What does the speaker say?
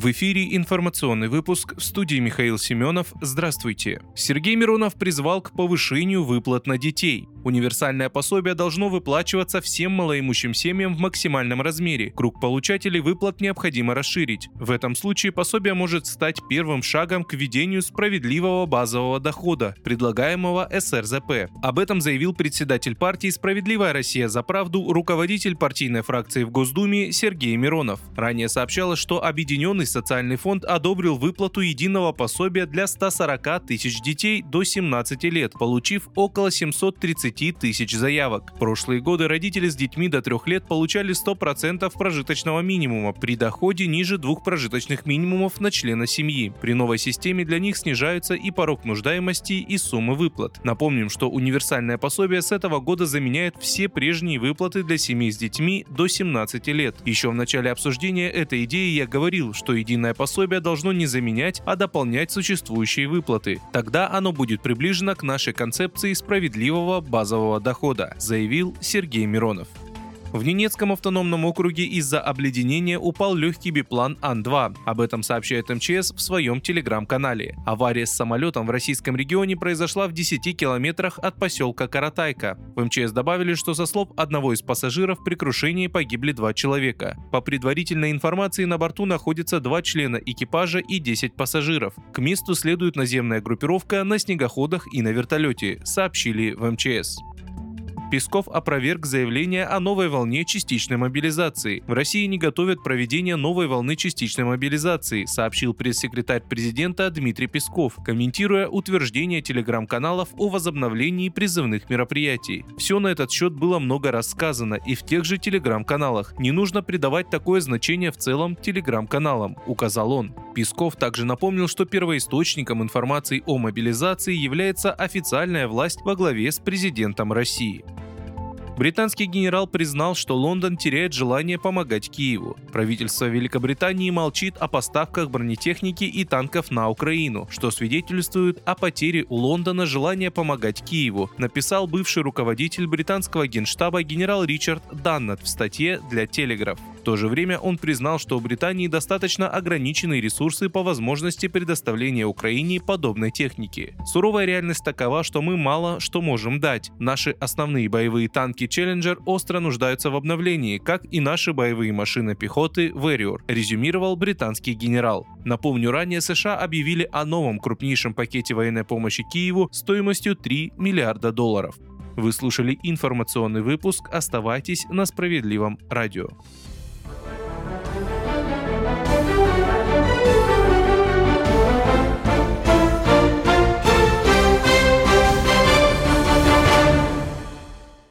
В эфире информационный выпуск, в студии Михаил Семенов. Здравствуйте. Сергей Миронов призвал к повышению выплат на детей. Универсальное пособие должно выплачиваться всем малоимущим семьям в максимальном размере. Круг получателей выплат необходимо расширить. В этом случае пособие может стать первым шагом к введению справедливого базового дохода, предлагаемого СРЗП. Об этом заявил председатель партии «Справедливая Россия за правду», руководитель партийной фракции в Госдуме Сергей Миронов. Ранее сообщалось, что Объединенный социальный фонд одобрил выплату единого пособия для 140 тысяч детей до 17 лет, получив около 730 тысяч заявок. В прошлые годы родители с детьми до 3 лет получали 100% прожиточного минимума при доходе ниже 2 прожиточных минимумов на члена семьи. При новой системе для них снижаются и порог нуждаемости, и суммы выплат. Напомним, что универсальное пособие с этого года заменяет все прежние выплаты для семей с детьми до 17 лет. Еще в начале обсуждения этой идеи я говорил, что единое пособие должно не заменять, а дополнять существующие выплаты. Тогда оно будет приближено к нашей концепции справедливого базового дохода, заявил Сергей Миронов. В Ненецком автономном округе из-за обледенения упал легкий биплан Ан-2. Об этом сообщает МЧС в своем телеграм-канале. Авария с самолетом в российском регионе произошла в 10 километрах от поселка Каратайка. В МЧС добавили, что со слов одного из пассажиров при крушении погибли 2 человека. По предварительной информации, на борту находятся 2 члена экипажа и 10 пассажиров. К месту следует наземная группировка на снегоходах и на вертолете, сообщили в МЧС. Песков опроверг заявление о новой волне частичной мобилизации. В России не готовят проведение новой волны частичной мобилизации, сообщил пресс-секретарь президента Дмитрий Песков, комментируя утверждение телеграм-каналов о возобновлении призывных мероприятий. Все на этот счет было много раз сказано и в тех же телеграм-каналах. Не нужно придавать такое значение в целом телеграм-каналам, указал он. Песков также напомнил, что первоисточником информации о мобилизации является официальная власть во главе с президентом России. Британский генерал признал, что Лондон теряет желание помогать Киеву. Правительство Великобритании молчит о поставках бронетехники и танков на Украину, что свидетельствует о потере у Лондона желания помогать Киеву, написал бывший руководитель британского генштаба генерал Ричард Даннет в статье для Телеграф. В то же время он признал, что у Британии достаточно ограниченные ресурсы по возможности предоставления Украине подобной техники. Суровая реальность такова, что мы мало что можем дать. Наши основные боевые танки Challenger остро нуждаются в обновлении, как и наши боевые машины пехоты Warrior, резюмировал британский генерал. Напомню, ранее США объявили о новом крупнейшем пакете военной помощи Киеву стоимостью $3 миллиарда. Вы слушали информационный выпуск. Оставайтесь на Справедливом радио.